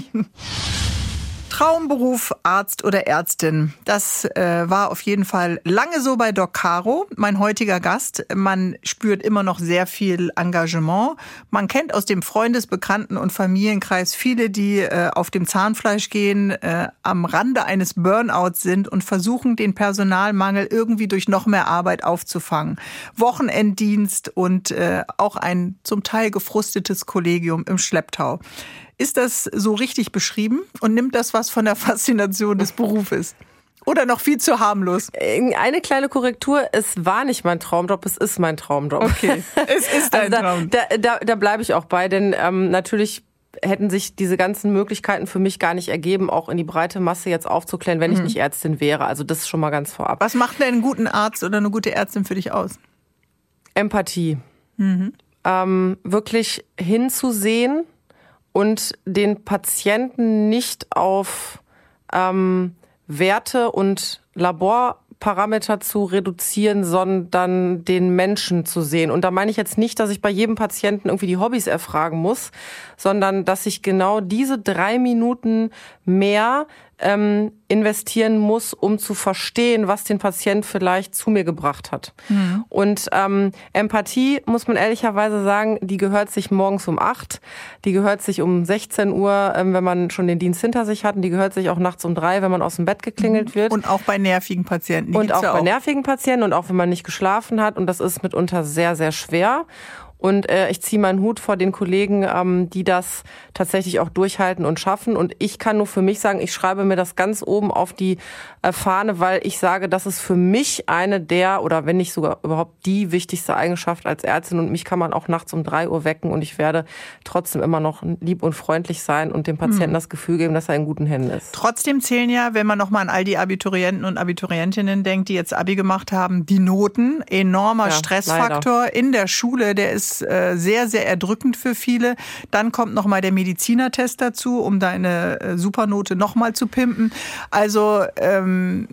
Traumberuf Arzt oder Ärztin. Das äh, war auf jeden Fall lange so bei Doc Caro, mein heutiger Gast. Man spürt immer noch sehr viel Engagement. Man kennt aus dem Freundes-, Bekannten- und Familienkreis viele, die äh, auf dem Zahnfleisch gehen, äh, am Rande eines Burnouts sind und versuchen, den Personalmangel irgendwie durch noch mehr Arbeit aufzufangen. Wochenenddienst und äh, auch ein zum Teil gefrustetes Kollegium im Schlepptau. Ist das so richtig beschrieben und nimmt das was von der Faszination des Berufes? Oder noch viel zu harmlos? Eine kleine Korrektur, es war nicht mein Traumjob, es ist mein Traumjob. Okay, es ist dein also Traum. Da, da, da, da bleibe ich auch bei, denn ähm, natürlich hätten sich diese ganzen Möglichkeiten für mich gar nicht ergeben, auch in die breite Masse jetzt aufzuklären, wenn ich mhm. nicht Ärztin wäre. Also das ist schon mal ganz vorab. Was macht denn einen guten Arzt oder eine gute Ärztin für dich aus? Empathie. Mhm. Ähm, wirklich hinzusehen und den Patienten nicht auf ähm, Werte und Laborparameter zu reduzieren, sondern den Menschen zu sehen. Und da meine ich jetzt nicht, dass ich bei jedem Patienten irgendwie die Hobbys erfragen muss, sondern dass ich genau diese drei Minuten mehr ähm, investieren muss, um zu verstehen, was den Patient vielleicht zu mir gebracht hat. Mhm. Und ähm, Empathie, muss man ehrlicherweise sagen, die gehört sich morgens um acht, die gehört sich um sechzehn Uhr, ähm, wenn man schon den Dienst hinter sich hat, und die gehört sich auch nachts um drei, wenn man aus dem Bett geklingelt wird. Und auch bei nervigen Patienten. Die und auch ja bei auch. nervigen Patienten und auch wenn man nicht geschlafen hat. Und das ist mitunter sehr, sehr schwer. Und äh, ich ziehe meinen Hut vor den Kollegen, ähm, die das tatsächlich auch durchhalten und schaffen. Und ich kann nur für mich sagen, ich schreibe mir das ganz oben auf die äh, Fahne, weil ich sage, das ist für mich eine der, oder wenn nicht sogar überhaupt die wichtigste Eigenschaft als Ärztin. Und mich kann man auch nachts um drei Uhr wecken und ich werde trotzdem immer noch lieb und freundlich sein und dem Patienten hm. das Gefühl geben, dass er in guten Händen ist. Trotzdem zählen ja, wenn man nochmal an all die Abiturienten und Abiturientinnen denkt, die jetzt Abi gemacht haben, die Noten. Enormer ja, Stressfaktor leider. In der Schule, der ist sehr, sehr erdrückend für viele. Dann kommt nochmal der Medizinertest dazu, um deine Supernote nochmal zu pimpen. Also ähm,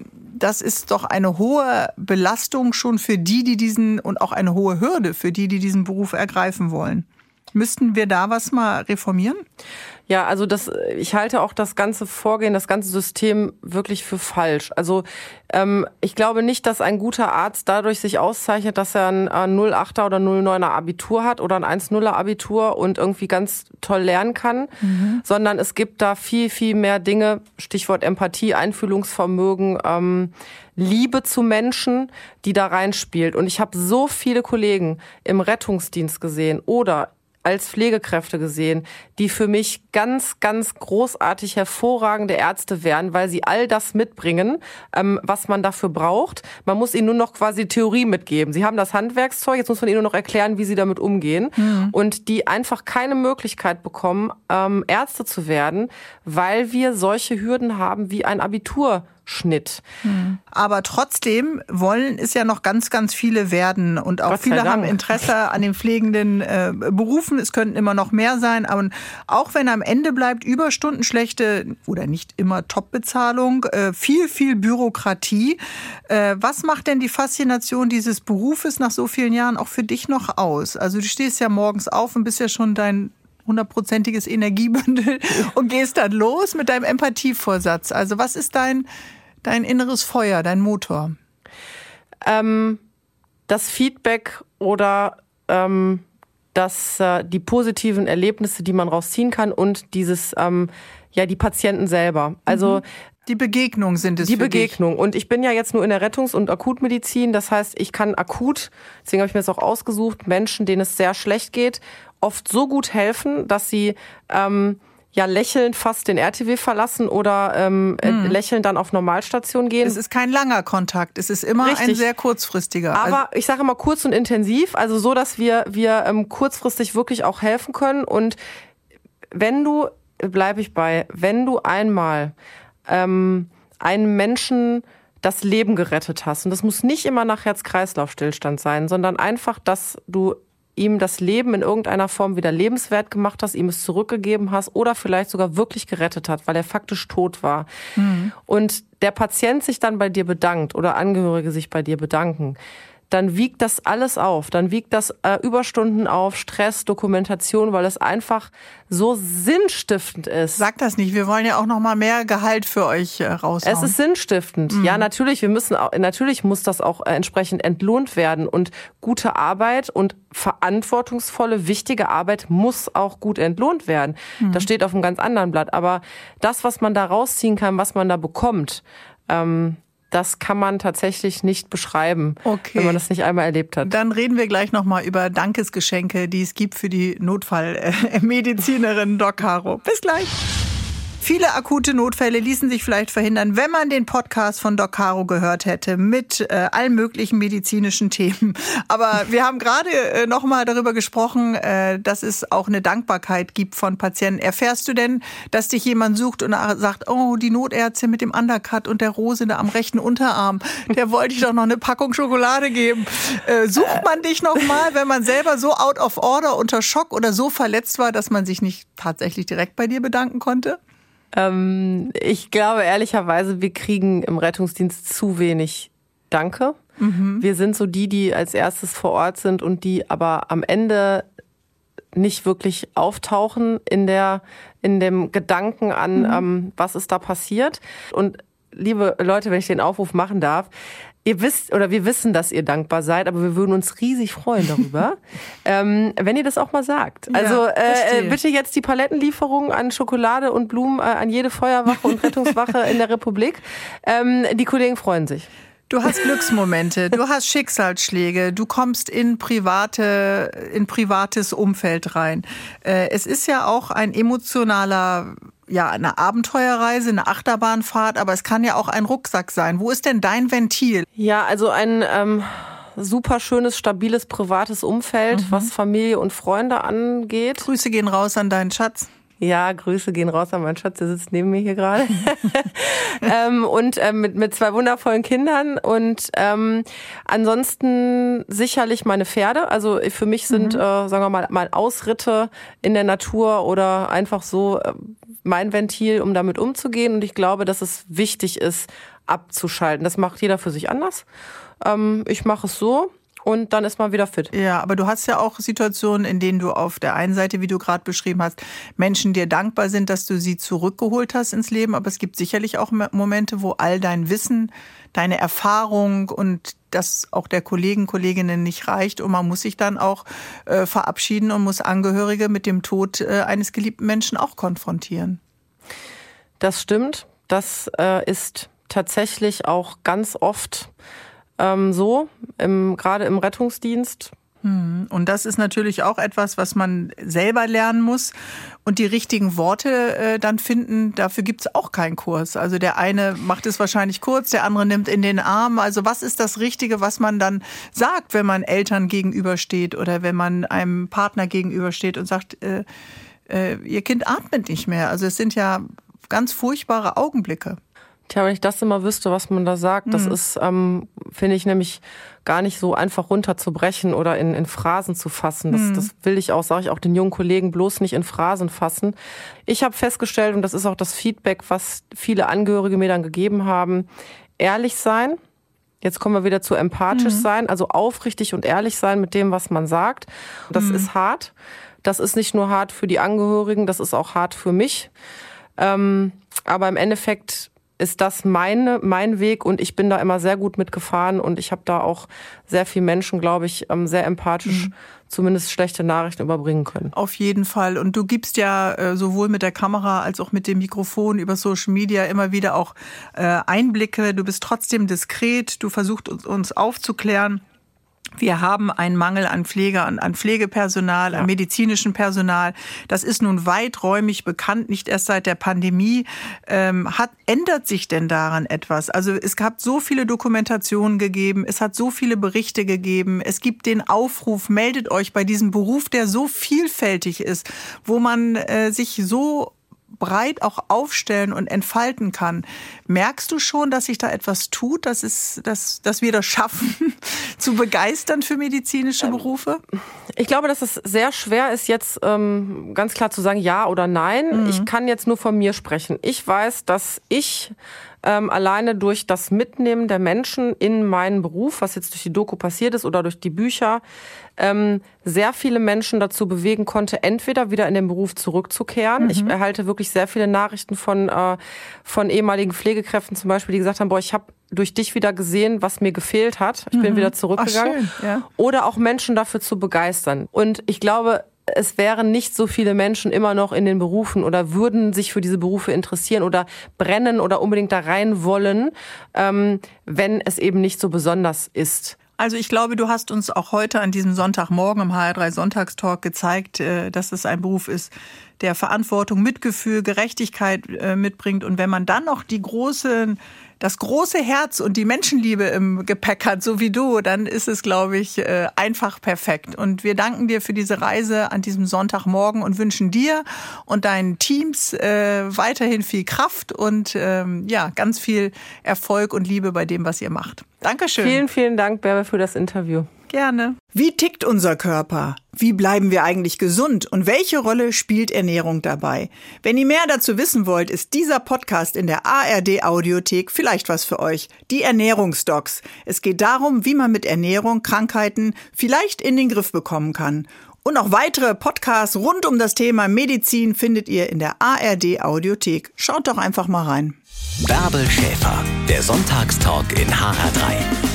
das ist doch eine hohe Belastung schon für die, die diesen, und auch eine hohe Hürde für die, die diesen Beruf ergreifen wollen. Müssten wir da was mal reformieren? Ja, also das, ich halte auch das ganze Vorgehen, das ganze System wirklich für falsch. Also ähm, ich glaube nicht, dass ein guter Arzt dadurch sich auszeichnet, dass er ein äh, null Komma achter oder null Komma neuner Abitur hat oder ein eins Komma nuller Abitur und irgendwie ganz toll lernen kann, mhm. sondern es gibt da viel, viel mehr Dinge, Stichwort Empathie, Einfühlungsvermögen, ähm, Liebe zu Menschen, die da reinspielt. Und ich habe so viele Kollegen im Rettungsdienst gesehen oder als Pflegekräfte gesehen, die für mich ganz, ganz großartig hervorragende Ärzte wären, weil sie all das mitbringen, ähm, was man dafür braucht. Man muss ihnen nur noch quasi Theorie mitgeben. Sie haben das Handwerkszeug, jetzt muss man ihnen nur noch erklären, wie sie damit umgehen. Mhm. Und die einfach keine Möglichkeit bekommen, ähm, Ärzte zu werden, weil wir solche Hürden haben wie ein Abitur. Schnitt. Aber trotzdem wollen es ja noch ganz, ganz viele werden und auch viele haben Interesse an den pflegenden äh, Berufen. Es könnten immer noch mehr sein, aber auch wenn am Ende bleibt Überstunden, schlechte oder nicht immer Top-Bezahlung, äh, viel, viel Bürokratie. Äh, was macht denn die Faszination dieses Berufes nach so vielen Jahren auch für dich noch aus? Also du stehst ja morgens auf und bist ja schon dein hundertprozentiges Energiebündel und gehst dann los mit deinem Empathievorsatz. Also was ist dein, dein inneres Feuer, dein Motor? Ähm, das Feedback oder ähm, das, äh, die positiven Erlebnisse, die man rausziehen kann und dieses, ähm, ja, die Patienten selber. Also mhm. Die Begegnung sind es. Die für Begegnung. dich. Und ich bin ja jetzt nur in der Rettungs- und Akutmedizin. Das heißt, ich kann akut, deswegen habe ich mir das auch ausgesucht, Menschen, denen es sehr schlecht geht, oft so gut helfen, dass sie ähm, ja lächelnd fast den R T W verlassen oder ähm, hm. lächelnd dann auf Normalstation gehen. Es ist kein langer Kontakt, es ist immer Richtig. ein sehr kurzfristiger. Aber also ich sage immer kurz und intensiv, also so, dass wir, wir ähm, kurzfristig wirklich auch helfen können. Und wenn du, bleibe ich bei, wenn du einmal ähm, einen Menschen das Leben gerettet hast, und das muss nicht immer nach Herz-Kreislauf-Stillstand sein, sondern einfach, dass du ihm das Leben in irgendeiner Form wieder lebenswert gemacht hast, ihm es zurückgegeben hast oder vielleicht sogar wirklich gerettet hat, weil er faktisch tot war. Mhm. Und der Patient sich dann bei dir bedankt oder Angehörige sich bei dir bedanken, dann wiegt das alles auf. Dann wiegt das äh, Überstunden auf, Stress, Dokumentation, weil es einfach so sinnstiftend ist. Sag das nicht. Wir wollen ja auch noch mal mehr Gehalt für euch äh, raushauen. Es ist sinnstiftend. Mhm. Ja, natürlich. Wir müssen auch, natürlich muss das auch äh, entsprechend entlohnt werden. Und gute Arbeit und verantwortungsvolle, wichtige Arbeit muss auch gut entlohnt werden. Mhm. Das steht auf einem ganz anderen Blatt. Aber das, was man da rausziehen kann, was man da bekommt, ähm, das kann man tatsächlich nicht beschreiben, okay. wenn man das nicht einmal erlebt hat. Dann reden wir gleich nochmal über Dankesgeschenke, die es gibt für die Notfallmedizinerin Doc Caro. Bis gleich. Viele akute Notfälle ließen sich vielleicht verhindern, wenn man den Podcast von Doc Caro gehört hätte mit äh, allen möglichen medizinischen Themen. Aber wir haben gerade äh, noch mal darüber gesprochen, äh, dass es auch eine Dankbarkeit gibt von Patienten. Erfährst du denn, dass dich jemand sucht und sagt, oh, die Notärztin mit dem Undercut und der Rose da am rechten Unterarm, der wollte ich doch noch eine Packung Schokolade geben. Äh, sucht man dich noch mal, wenn man selber so out of order, unter Schock oder so verletzt war, dass man sich nicht tatsächlich direkt bei dir bedanken konnte? Ich glaube ehrlicherweise, wir kriegen im Rettungsdienst zu wenig Danke. Mhm. Wir sind so die, die als erstes vor Ort sind und die aber am Ende nicht wirklich auftauchen in der, in dem Gedanken an, mhm. ähm, was ist da passiert. Und liebe Leute, wenn ich den Aufruf machen darf, ihr wisst oder wir wissen, dass ihr dankbar seid, aber wir würden uns riesig freuen darüber, ähm, wenn ihr das auch mal sagt. Also äh, bitte jetzt die Palettenlieferung an Schokolade und Blumen äh, an jede Feuerwache und Rettungswache in der Republik. Ähm, die Kollegen freuen sich. Du hast Glücksmomente, du hast Schicksalsschläge, du kommst in private, in privates Umfeld rein. Es ist ja auch ein emotionaler, ja, eine Abenteuerreise, eine Achterbahnfahrt, aber es kann ja auch ein Rucksack sein. Wo ist denn dein Ventil? Ja, also ein ähm, super schönes, stabiles, privates Umfeld, mhm. was Familie und Freunde angeht. Grüße gehen raus an deinen Schatz. Ja, Grüße gehen raus an meinen Schatz, der sitzt neben mir hier gerade. ähm, und ähm, mit, mit zwei wundervollen Kindern und ähm, ansonsten sicherlich meine Pferde. Also für mich sind, mhm. äh, sagen wir mal, mal Ausritte in der Natur oder einfach so äh, mein Ventil, um damit umzugehen. Und ich glaube, dass es wichtig ist, abzuschalten. Das macht jeder für sich anders. Ähm, ich mache es so. Und dann ist man wieder fit. Ja, aber du hast ja auch Situationen, in denen du auf der einen Seite, wie du gerade beschrieben hast, Menschen dir dankbar sind, dass du sie zurückgeholt hast ins Leben. Aber es gibt sicherlich auch Momente, wo all dein Wissen, deine Erfahrung und das auch der Kollegen, Kolleginnen nicht reicht. Und man muss sich dann auch äh, verabschieden und muss Angehörige mit dem Tod äh, eines geliebten Menschen auch konfrontieren. Das stimmt. Das äh, ist tatsächlich auch ganz oft Ähm, so, im, gerade im Rettungsdienst. Und das ist natürlich auch etwas, was man selber lernen muss und die richtigen Worte äh, dann finden. Dafür gibt es auch keinen Kurs. Also der eine macht es wahrscheinlich kurz, der andere nimmt in den Arm. Also was ist das Richtige, was man dann sagt, wenn man Eltern gegenübersteht oder wenn man einem Partner gegenübersteht und sagt, äh, äh, ihr Kind atmet nicht mehr. Also es sind ja ganz furchtbare Augenblicke. Tja, wenn ich das immer wüsste, was man da sagt, das mhm. ist, ähm, finde ich, nämlich gar nicht so einfach runterzubrechen oder in, in Phrasen zu fassen. Das, mhm. das will ich auch, sage ich auch den jungen Kollegen, bloß nicht in Phrasen fassen. Ich habe festgestellt, und das ist auch das Feedback, was viele Angehörige mir dann gegeben haben, ehrlich sein. Jetzt kommen wir wieder zu empathisch mhm. sein, also aufrichtig und ehrlich sein mit dem, was man sagt. Das mhm. ist hart. Das ist nicht nur hart für die Angehörigen, das ist auch hart für mich. Ähm, aber im Endeffekt ist das meine, mein Weg und ich bin da immer sehr gut mitgefahren und ich habe da auch sehr viele Menschen, glaube ich, sehr empathisch mhm. zumindest schlechte Nachrichten überbringen können. Auf jeden Fall. Und du gibst ja äh, sowohl mit der Kamera als auch mit dem Mikrofon über Social Media immer wieder auch äh, Einblicke. Du bist trotzdem diskret, du versuchst uns, uns aufzuklären. Wir haben einen Mangel an Pflege, an, an Pflegepersonal, ja. an medizinischem Personal. Das ist nun weiträumig bekannt, nicht erst seit der Pandemie. Ähm, hat, ändert sich denn daran etwas? Also es gab so viele Dokumentationen gegeben, es hat so viele Berichte gegeben. Es gibt den Aufruf, meldet euch bei diesem Beruf, der so vielfältig ist, wo man äh, sich so breit auch aufstellen und entfalten kann. Merkst du schon, dass sich da etwas tut, dass, es, dass, dass wir das schaffen, zu begeistern für medizinische Berufe? Ich glaube, dass es sehr schwer ist, jetzt ähm, ganz klar zu sagen, ja oder nein. Mhm. Ich kann jetzt nur von mir sprechen. Ich weiß, dass ich ähm, alleine durch das Mitnehmen der Menschen in meinen Beruf, was jetzt durch die Doku passiert ist oder durch die Bücher, ähm, sehr viele Menschen dazu bewegen konnte, entweder wieder in den Beruf zurückzukehren. Mhm. Ich erhalte wirklich sehr viele Nachrichten von, äh, von ehemaligen Pflegekräften zum Beispiel, die gesagt haben, boah, ich habe durch dich wieder gesehen, was mir gefehlt hat. Ich mhm. bin wieder zurückgegangen. Ach, schön. Ja. Oder auch Menschen dafür zu begeistern. Und ich glaube, es wären nicht so viele Menschen immer noch in den Berufen oder würden sich für diese Berufe interessieren oder brennen oder unbedingt da rein wollen, ähm, wenn es eben nicht so besonders ist. Also ich glaube, du hast uns auch heute an diesem Sonntagmorgen im H R drei Sonntagstalk gezeigt, dass es ein Beruf ist, der Verantwortung, Mitgefühl, Gerechtigkeit mitbringt. Und wenn man dann noch die große, das große Herz und die Menschenliebe im Gepäck hat, so wie du, dann ist es, glaube ich, einfach perfekt. Und wir danken dir für diese Reise an diesem Sonntagmorgen und wünschen dir und deinen Teams weiterhin viel Kraft und ja, ganz viel Erfolg und Liebe bei dem, was ihr macht. Dankeschön. Vielen, vielen Dank, Bärbe, für das Interview. Gerne. Wie tickt unser Körper? Wie bleiben wir eigentlich gesund? Und welche Rolle spielt Ernährung dabei? Wenn ihr mehr dazu wissen wollt, ist dieser Podcast in der A R D-Audiothek vielleicht was für euch. Die Ernährungsdocs. Es geht darum, wie man mit Ernährung Krankheiten vielleicht in den Griff bekommen kann. Und auch weitere Podcasts rund um das Thema Medizin findet ihr in der A R D-Audiothek. Schaut doch einfach mal rein. Bärbel Schäfer, der Sonntagstalk in H R drei.